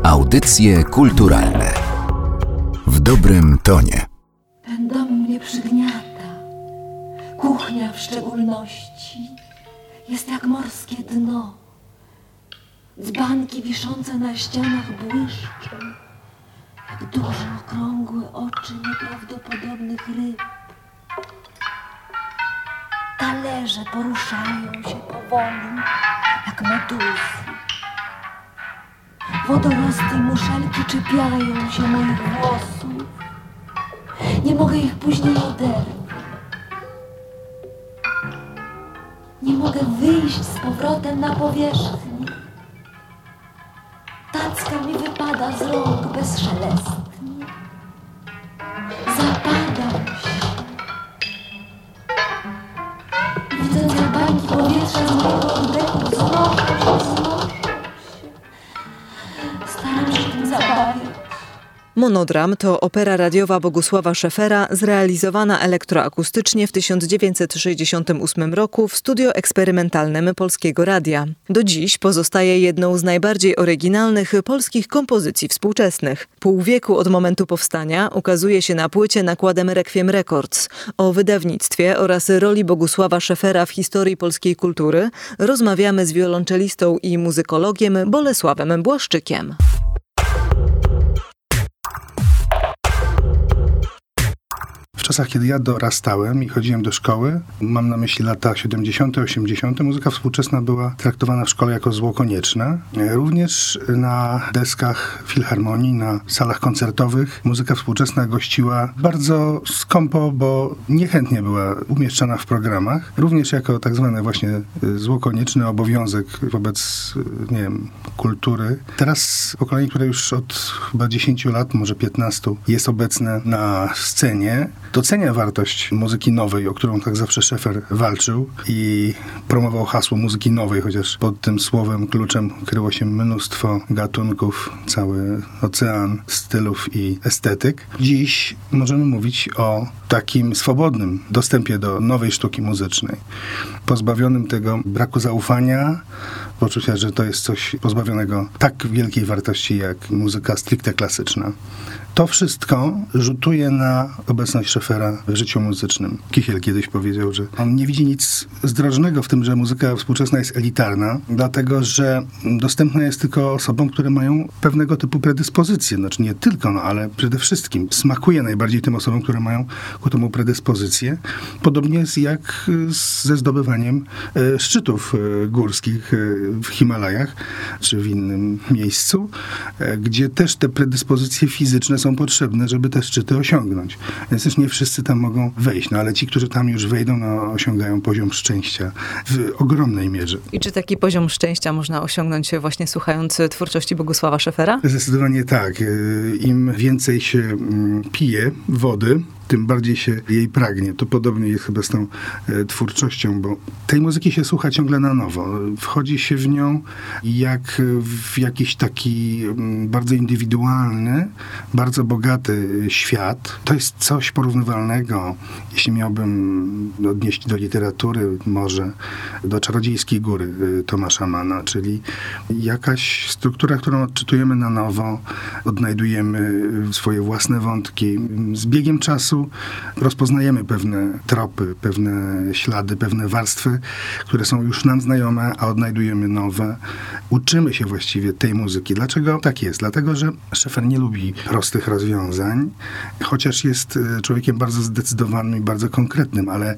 Audycje kulturalne w dobrym tonie. Ten dom mnie przygniata, kuchnia w szczególności jest jak morskie dno. Dzbanki wiszące na ścianach błyszczą jak duże, okrągłe oczy nieprawdopodobnych ryb. Talerze poruszają się powoli jak meduzy. Wodorosty i muszelki czepiają się moich włosów. Nie mogę ich później oderwać. Nie mogę wyjść z powrotem na powierzchnię. Tacka mi wypada z rąk bezszelestnie. Zapadam się. Widzę dzbańki powietrza z mojego oddechu wznoszą się. Staram się tym zabawiać. Monodram to opera radiowa Bogusława Szefera, zrealizowana elektroakustycznie w 1968 roku w studio eksperymentalnym Polskiego Radia. Do dziś pozostaje jedną z najbardziej oryginalnych polskich kompozycji współczesnych. Pół wieku od momentu powstania ukazuje się na płycie nakładem Requiem Records. O wydawnictwie oraz roli Bogusława Szefera w historii polskiej kultury rozmawiamy z wiolonczelistą i muzykologiem Bolesławem Błaszczykiem. W czasach, kiedy ja dorastałem i chodziłem do szkoły, mam na myśli lata 70., 80., muzyka współczesna była traktowana w szkole jako zło konieczne. Również na deskach filharmonii, na salach koncertowych muzyka współczesna gościła bardzo skąpo, bo niechętnie była umieszczana w programach. Również jako tak zwane właśnie zło konieczne, obowiązek wobec, nie wiem, kultury. Teraz pokolenie, które już od chyba 10 lat, może 15 jest obecne na scenie, docenia wartość muzyki nowej, o którą tak zawsze Szefer walczył i promował hasło muzyki nowej, chociaż pod tym słowem, kluczem kryło się mnóstwo gatunków, cały ocean stylów i estetyk. Dziś możemy mówić o takim swobodnym dostępie do nowej sztuki muzycznej, pozbawionym tego braku zaufania, poczucia, że to jest coś pozbawionego tak wielkiej wartości jak muzyka stricte klasyczna. To wszystko rzutuje na obecność Szefera w życiu muzycznym. Kichiel kiedyś powiedział, że on nie widzi nic zdrożnego w tym, że muzyka współczesna jest elitarna, dlatego że dostępna jest tylko osobom, które mają pewnego typu predyspozycje. Znaczy nie tylko, ale przede wszystkim smakuje najbardziej tym osobom, które mają ku temu predyspozycje. Podobnie jest jak ze zdobywaniem szczytów górskych w Himalajach, czy w innym miejscu, gdzie też te predyspozycje fizyczne są potrzebne, żeby te szczyty osiągnąć. Więc też nie wszyscy tam mogą wejść, ale ci, którzy tam już wejdą, osiągają poziom szczęścia w ogromnej mierze. I czy taki poziom szczęścia można osiągnąć właśnie słuchając twórczości Bogusława Szefera? Zdecydowanie tak. Im więcej się pije wody, tym bardziej się jej pragnie. To podobnie jest chyba z tą twórczością, bo tej muzyki się słucha ciągle na nowo. Wchodzi się w nią jak w jakiś taki bardzo indywidualny, bardzo bogaty świat. To jest coś porównywalnego, jeśli miałbym odnieść do literatury, może do Czarodziejskiej Góry Tomasza Manna, czyli jakaś struktura, którą odczytujemy na nowo, odnajdujemy swoje własne wątki. Z biegiem czasu rozpoznajemy pewne tropy, pewne ślady, pewne warstwy, które są już nam znajome, a odnajdujemy nowe. Uczymy się właściwie tej muzyki. Dlaczego tak jest? Dlatego, że Szefer nie lubi prostych rozwiązań, chociaż jest człowiekiem bardzo zdecydowanym i bardzo konkretnym, ale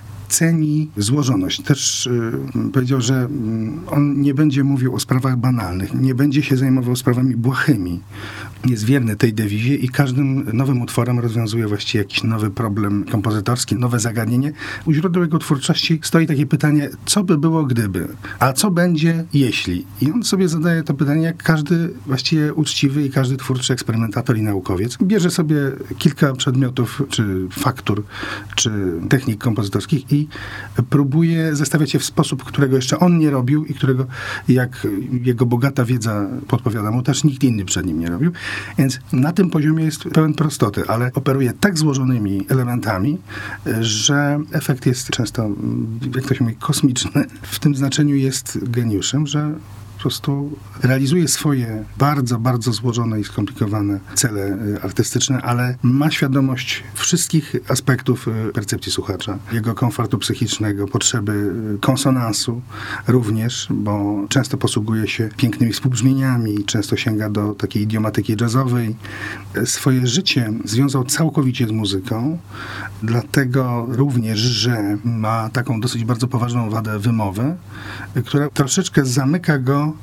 ceni złożoność. Też powiedział, że on nie będzie mówił o sprawach banalnych, nie będzie się zajmował sprawami błahymi. Jest wierny tej dewizie i każdym nowym utworem rozwiązuje właściwie jakiś nowy problem kompozytorski, nowe zagadnienie. U źródeł jego twórczości stoi takie pytanie, co by było gdyby? A co będzie jeśli? I on sobie zadaje to pytanie, jak każdy właściwie uczciwy i każdy twórczy eksperymentator i naukowiec. Bierze sobie kilka przedmiotów, czy faktur, czy technik kompozytorskich i próbuje zestawiać je w sposób, którego jeszcze on nie robił i którego, jak jego bogata wiedza podpowiada mu, też nikt inny przed nim nie robił. Więc na tym poziomie jest pełen prostoty, ale operuje tak złożonymi elementami, że efekt jest często, jak to się mówi, kosmiczny. W tym znaczeniu jest geniuszem, że prostu realizuje swoje bardzo, bardzo złożone i skomplikowane cele artystyczne, ale ma świadomość wszystkich aspektów percepcji słuchacza, jego komfortu psychicznego, potrzeby konsonansu również, bo często posługuje się pięknymi współbrzmieniami, często sięga do takiej idiomatyki jazzowej. Swoje życie związał całkowicie z muzyką, dlatego również, że ma taką dosyć bardzo poważną wadę wymowy, która troszeczkę zamyka go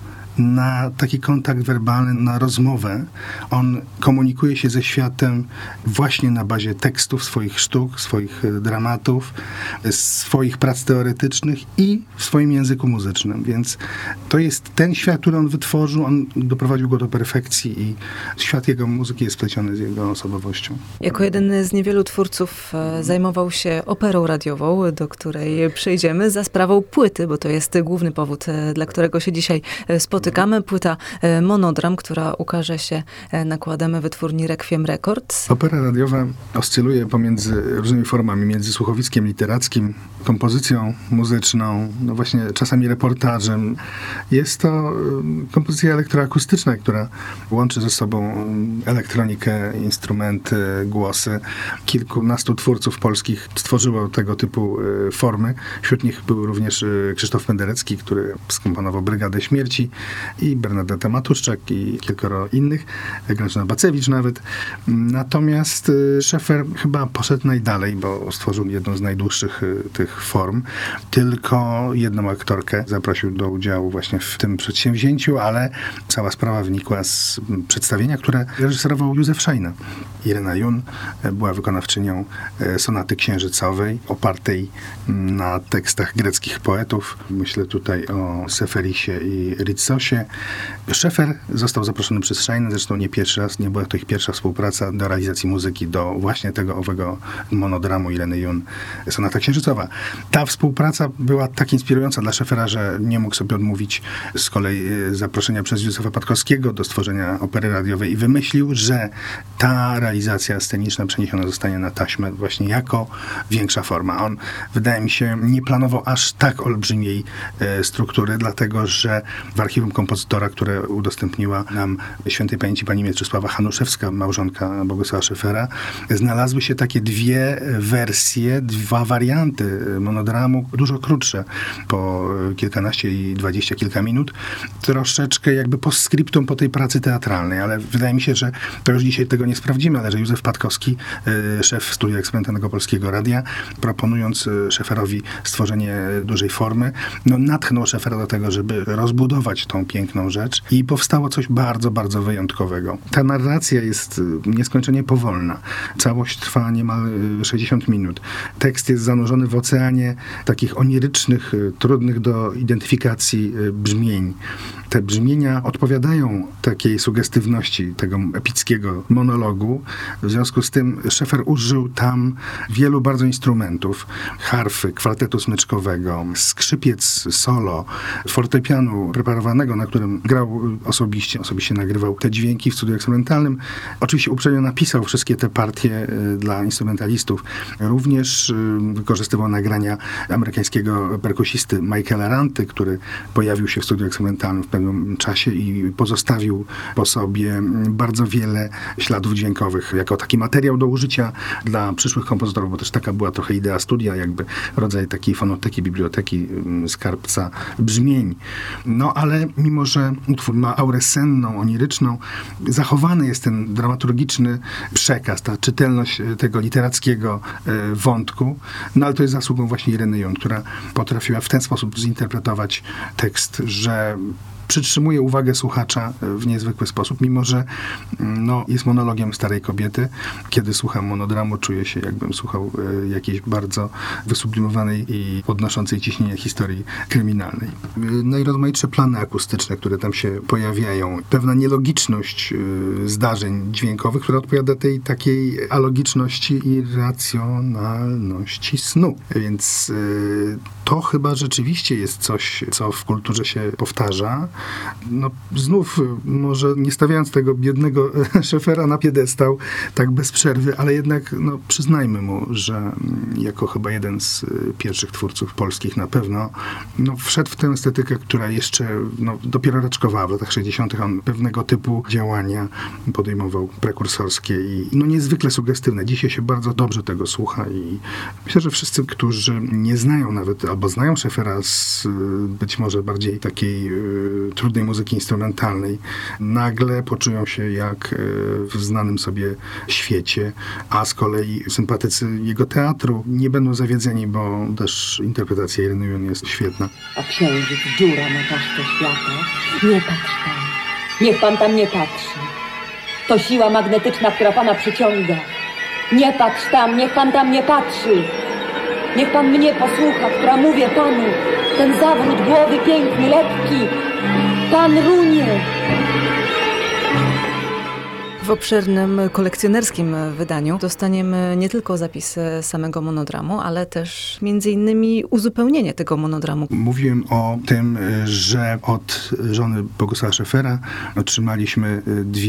na taki kontakt werbalny, na rozmowę. On komunikuje się ze światem właśnie na bazie tekstów swoich sztuk, swoich dramatów, swoich prac teoretycznych i w swoim języku muzycznym. Więc to jest ten świat, który on wytworzył, on doprowadził go do perfekcji i świat jego muzyki jest spleciony z jego osobowością. Jako jeden z niewielu twórców zajmował się operą radiową, do której przejdziemy za sprawą płyty, bo to jest główny powód, dla którego się dzisiaj spotykamy. Płyta Monodram, która ukaże się nakładem wytwórni Requiem Records. Opera radiowa oscyluje pomiędzy różnymi formami, między słuchowiskiem literackim, kompozycją muzyczną, no właśnie czasami reportażem. Jest to kompozycja elektroakustyczna, która łączy ze sobą elektronikę, instrumenty, głosy. Kilkunastu twórców polskich stworzyło tego typu formy. Wśród nich był również Krzysztof Penderecki, który skomponował Brygadę Śmierci, i Bernadetta Matuszczak i kilkoro innych, Grażyna Bacewicz nawet. Natomiast Schaeffer chyba poszedł najdalej, bo stworzył jedną z najdłuższych tych form. Tylko jedną aktorkę zaprosił do udziału właśnie w tym przedsięwzięciu, ale cała sprawa wynikła z przedstawienia, które reżyserował Józef Szajna. Irena Jun była wykonawczynią sonaty księżycowej, opartej na tekstach greckich poetów. Myślę tutaj o Seferisie i Ritsosie. Schaeffer został zaproszony przez Szajnę, zresztą nie pierwszy raz, nie była to ich pierwsza współpraca do realizacji muzyki, do właśnie tego owego monodramu Ireny Jun, Sonata Księżycowa. Ta współpraca była tak inspirująca dla Schaeffera, że nie mógł sobie odmówić z kolei zaproszenia przez Józefa Patkowskiego do stworzenia opery radiowej i wymyślił, że ta realizacja sceniczna przeniesiona zostanie na taśmę właśnie jako większa forma. On, wydaje mi się, nie planował aż tak olbrzymiej struktury, dlatego że w archiwum kompozytora, które udostępniła nam świętej pamięci pani Mieczysława Hanuszewska, małżonka Bogusława Schaeffera, znalazły się takie dwie wersje, dwa warianty monodramu, dużo krótsze, po kilkanaście i 20 kilka minut, troszeczkę jakby postscriptum po tej pracy teatralnej, ale wydaje mi się, że to już dzisiaj tego nie sprawdzimy, ale że Józef Patkowski, szef Studia Eksperymentalnego Polskiego Radia, proponując Schaefferowi stworzenie dużej formy, no natchnął Schaeffera do tego, żeby rozbudować tą piękną rzecz i powstało coś bardzo, bardzo wyjątkowego. Ta narracja jest nieskończenie powolna. Całość trwa niemal 60 minut. Tekst jest zanurzony w oceanie takich onirycznych, trudnych do identyfikacji brzmień. Te brzmienia odpowiadają takiej sugestywności tego epickiego monologu. W związku z tym Schaeffer użył tam wielu bardzo instrumentów. Harfy, kwartetu smyczkowego, skrzypiec solo, fortepianu preparowanego, na którym grał osobiście nagrywał te dźwięki w studiu eksperymentalnym. Oczywiście uprzednio napisał wszystkie te partie dla instrumentalistów. Również wykorzystywał nagrania amerykańskiego perkusisty Michaela Ranty, który pojawił się w studiu eksperymentalnym w pewnym czasie i pozostawił po sobie bardzo wiele śladów dźwiękowych jako taki materiał do użycia dla przyszłych kompozytorów, bo też taka była trochę idea studia, jakby rodzaj takiej fonoteki, biblioteki, skarbca brzmień. No ale mimo, że utwór ma aurę senną, oniryczną, zachowany jest ten dramaturgiczny przekaz, ta czytelność tego literackiego wątku, no ale to jest zasługą właśnie Ireny Jun, która potrafiła w ten sposób zinterpretować tekst, że przytrzymuje uwagę słuchacza w niezwykły sposób, mimo że jest monologiem starej kobiety. Kiedy słucham monodramu, czuję się, jakbym słuchał jakiejś bardzo wysublimowanej i podnoszącej ciśnienie historii kryminalnej. Najrozmaitsze plany akustyczne, które tam się pojawiają, pewna nielogiczność zdarzeń dźwiękowych, która odpowiada tej takiej alogiczności i racjonalności snu. Więc to chyba rzeczywiście jest coś, co w kulturze się powtarza. No znów, może nie stawiając tego biednego Schaeffera na piedestał, tak bez przerwy, ale jednak przyznajmy mu, że jako chyba jeden z pierwszych twórców polskich na pewno, wszedł w tę estetykę, która jeszcze dopiero raczkowała. W latach 60. on pewnego typu działania podejmował prekursorskie i niezwykle sugestywne. Dzisiaj się bardzo dobrze tego słucha i myślę, że wszyscy, którzy nie znają nawet, albo znają Schaeffera z być może bardziej takiej trudnej muzyki instrumentalnej, nagle poczują się jak w znanym sobie świecie, a z kolei sympatycy jego teatru nie będą zawiedzeni, bo też interpretacja Ireny Jun jest świetna. A księżyc dziura na paszczę świata. Nie patrz tam. Niech pan tam nie patrzy. To siła magnetyczna, która pana przyciąga. Nie patrz tam, niech pan tam nie patrzy. Niech pan mnie posłucha, która mówię panu. Ten zawrót głowy piękny, lekki. Pan runie. W obszernym kolekcjonerskim wydaniu dostaniemy nie tylko zapis samego monodramu, ale też między innymi uzupełnienie tego monodramu. Mówiłem o tym, że od żony Bogusława Schaeffera otrzymaliśmy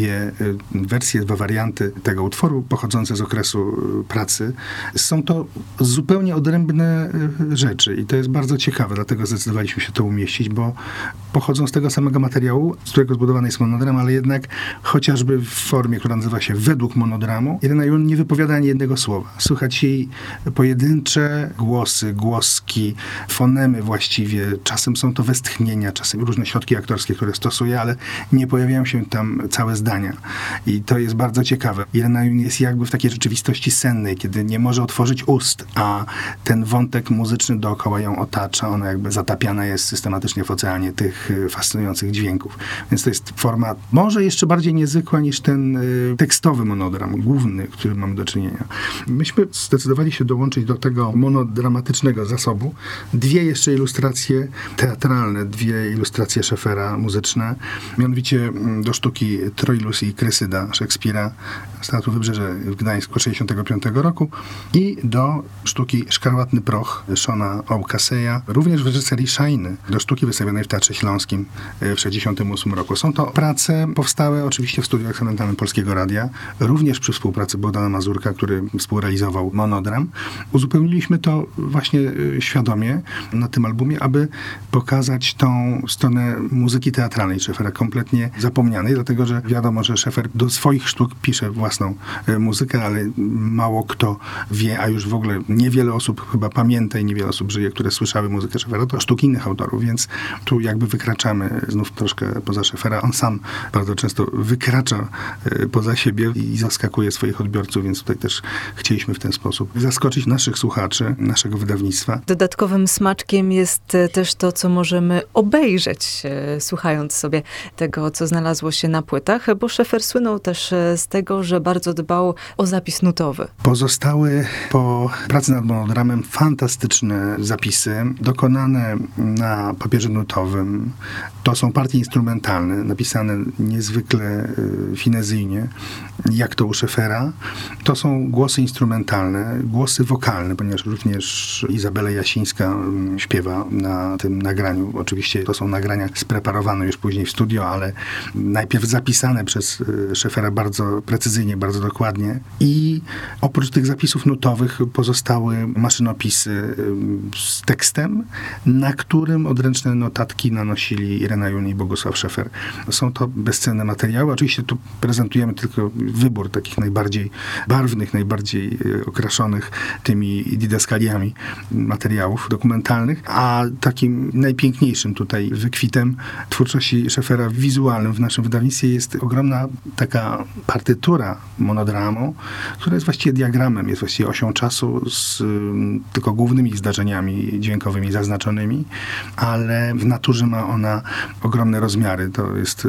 dwa warianty tego utworu pochodzące z okresu pracy. Są to zupełnie odrębne rzeczy i to jest bardzo ciekawe, dlatego zdecydowaliśmy się to umieścić, bo pochodzą z tego samego materiału, z którego zbudowany jest monodram, ale jednak chociażby w formie, która nazywa się Według monodramu, Irena Jun nie wypowiada ani jednego słowa. Słychać jej pojedyncze głosy, głoski, fonemy właściwie. Czasem są to westchnienia, czasem różne środki aktorskie, które stosuje, ale nie pojawiają się tam całe zdania. I to jest bardzo ciekawe. Irena Jun jest jakby w takiej rzeczywistości sennej, kiedy nie może otworzyć ust, a ten wątek muzyczny dookoła ją otacza. Ona jakby zatapiana jest systematycznie w oceanie tych fascynujących dźwięków. Więc to jest forma może jeszcze bardziej niezwykła niż ten tekstowy monodram, główny, którym mamy do czynienia. Myśmy zdecydowali się dołączyć do tego monodramatycznego zasobu dwie jeszcze ilustracje teatralne, dwie ilustracje Schaeffera muzyczne, mianowicie do sztuki Troilus i Krysyda Szekspira z Teatru Wybrzeże w Gdańsku 1965 roku i do sztuki Szkarłatny proch Shona O'Casey'a, również w reżyserii Szajny, do sztuki wystawionej w Teatrze Śląskim w 1968 roku. Są to prace powstałe oczywiście w studiu eksperymentalnym Polskiego Radia, również przy współpracy Bogdana Mazurka, który współrealizował monodram. Uzupełniliśmy to właśnie świadomie na tym albumie, aby pokazać tą stronę muzyki teatralnej Schaeffera, kompletnie zapomnianej, dlatego że wiadomo, że Schaeffer do swoich sztuk pisze własną muzykę, ale mało kto wie, a już w ogóle niewiele osób chyba pamięta i niewiele osób żyje, które słyszały muzykę Schaeffera, to sztuki innych autorów, więc tu jakby wykraczamy znów troszkę poza Schaeffera. On sam bardzo często wykracza poza siebie i zaskakuje swoich odbiorców, więc tutaj też chcieliśmy w ten sposób zaskoczyć naszych słuchaczy, naszego wydawnictwa. Dodatkowym smaczkiem jest też to, co możemy obejrzeć, słuchając sobie tego, co znalazło się na płytach, bo Schaeffer słynął też z tego, że bardzo dbał o zapis nutowy. Pozostały po pracy nad monodramem fantastyczne zapisy, dokonane na papierze nutowym. To są partie instrumentalne, napisane niezwykle finezyjnie, jak to u Schaeffera. To są głosy instrumentalne, głosy wokalne, ponieważ również Izabela Jasińska śpiewa na tym nagraniu. Oczywiście to są nagrania spreparowane już później w studio, ale najpierw zapisane przez Schaeffera bardzo precyzyjnie, bardzo dokładnie. I oprócz tych zapisów nutowych pozostały maszynopisy z tekstem, na którym odręczne notatki nanosili Irena Jun i Bogusław Schaeffer. Są to bezcenne materiały. Oczywiście tu prezentujemy tylko wybór takich najbardziej barwnych, najbardziej okraszonych tymi didaskaliami materiałów dokumentalnych, a takim najpiękniejszym tutaj wykwitem twórczości Schaeffera wizualnym w naszym wydawnictwie jest ogromna taka partytura monodramu, która jest właściwie diagramem, jest właściwie osią czasu z tylko głównymi zdarzeniami dźwiękowymi zaznaczonymi, ale w naturze ma ona ogromne rozmiary. To jest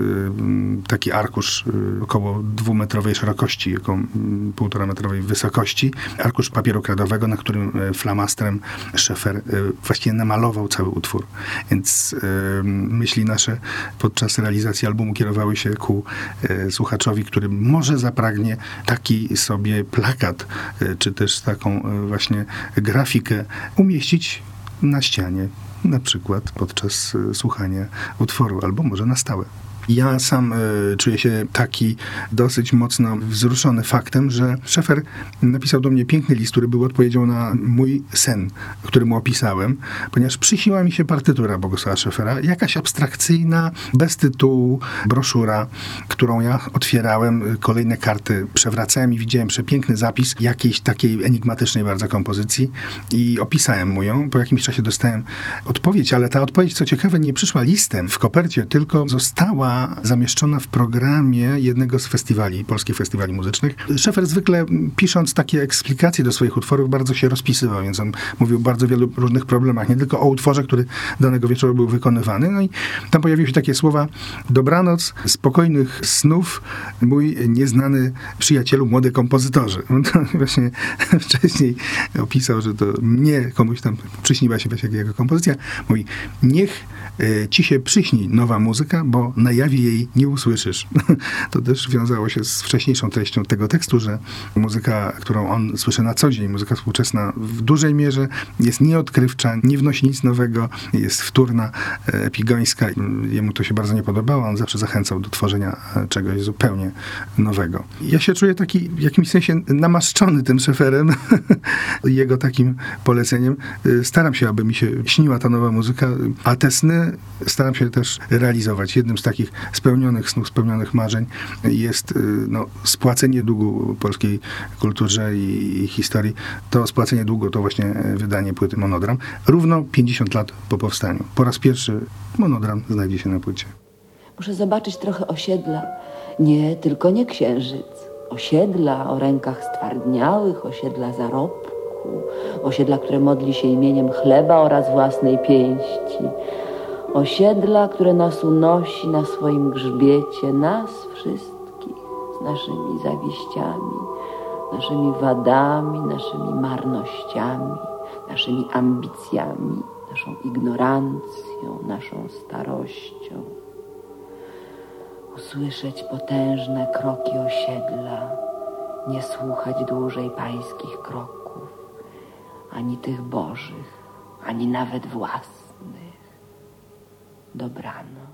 taki arkusz około 2-metrowej szerokości, około 1,5-metrowej wysokości. Arkusz papieru kredowego, na którym flamastrem Schaeffer właściwie namalował cały utwór. Więc myśli nasze podczas realizacji albumu kierowały się ku słuchaczowi, który może zapragnie taki sobie plakat, czy też taką właśnie grafikę umieścić na ścianie na przykład podczas słuchania utworu, albo może na stałe. Ja sam czuję się taki dosyć mocno wzruszony faktem, że Schaeffer napisał do mnie piękny list, który był odpowiedzią na mój sen, który mu opisałem, ponieważ przyśniła mi się partytura Bogusława Schaeffera, jakaś abstrakcyjna, bez tytułu broszura, którą ja otwierałem, kolejne karty przewracałem i widziałem przepiękny zapis jakiejś takiej enigmatycznej bardzo kompozycji i opisałem mu ją. Po jakimś czasie dostałem odpowiedź, ale ta odpowiedź, co ciekawe, nie przyszła listem w kopercie, tylko została zamieszczona w programie jednego z festiwali, polskich festiwali muzycznych. Schaeffer zwykle, pisząc takie eksplikacje do swoich utworów, bardzo się rozpisywał, więc on mówił o bardzo wielu różnych problemach, nie tylko o utworze, który danego wieczoru był wykonywany. No i tam pojawiły się takie słowa: dobranoc, spokojnych snów, mój nieznany przyjacielu, młody kompozytorze. On to właśnie wcześniej opisał, że to mnie komuś tam przyśniła się właśnie jego kompozycja. Mówi: niech ci się przyśni nowa muzyka, bo na jawie jej nie usłyszysz. To też wiązało się z wcześniejszą treścią tego tekstu, że muzyka, którą on słyszy na co dzień, muzyka współczesna w dużej mierze jest nieodkrywcza, nie wnosi nic nowego, jest wtórna, epigońska. Jemu to się bardzo nie podobało. On zawsze zachęcał do tworzenia czegoś zupełnie nowego. Ja się czuję taki w jakimś sensie namaszczony tym Schaefferem, jego takim poleceniem. Staram się, aby mi się śniła ta nowa muzyka, a te sny staram się też realizować. Jednym z takich spełnionych snów, spełnionych marzeń jest spłacenie długu polskiej kulturze i historii. To spłacenie długu to właśnie wydanie płyty Monodram. Równo 50 lat po powstaniu. Po raz pierwszy Monodram znajdzie się na płycie. Muszę zobaczyć trochę osiedla. Nie, tylko nie Księżyc. Osiedla o rękach stwardniałych, osiedla zarobku, osiedla, które modli się imieniem chleba oraz własnej pięści. Osiedla, które nas unosi na swoim grzbiecie, nas wszystkich, z naszymi zawieściami, naszymi wadami, naszymi marnościami, naszymi ambicjami, naszą ignorancją, naszą starością. Usłyszeć potężne kroki osiedla, nie słuchać dłużej pańskich kroków, ani tych bożych, ani nawet własnych. Dobranoc.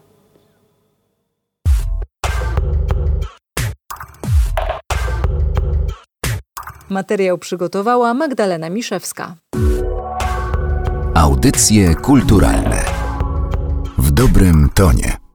Materiał przygotowała Magdalena Miszewska. Audycje kulturalne w dobrym tonie.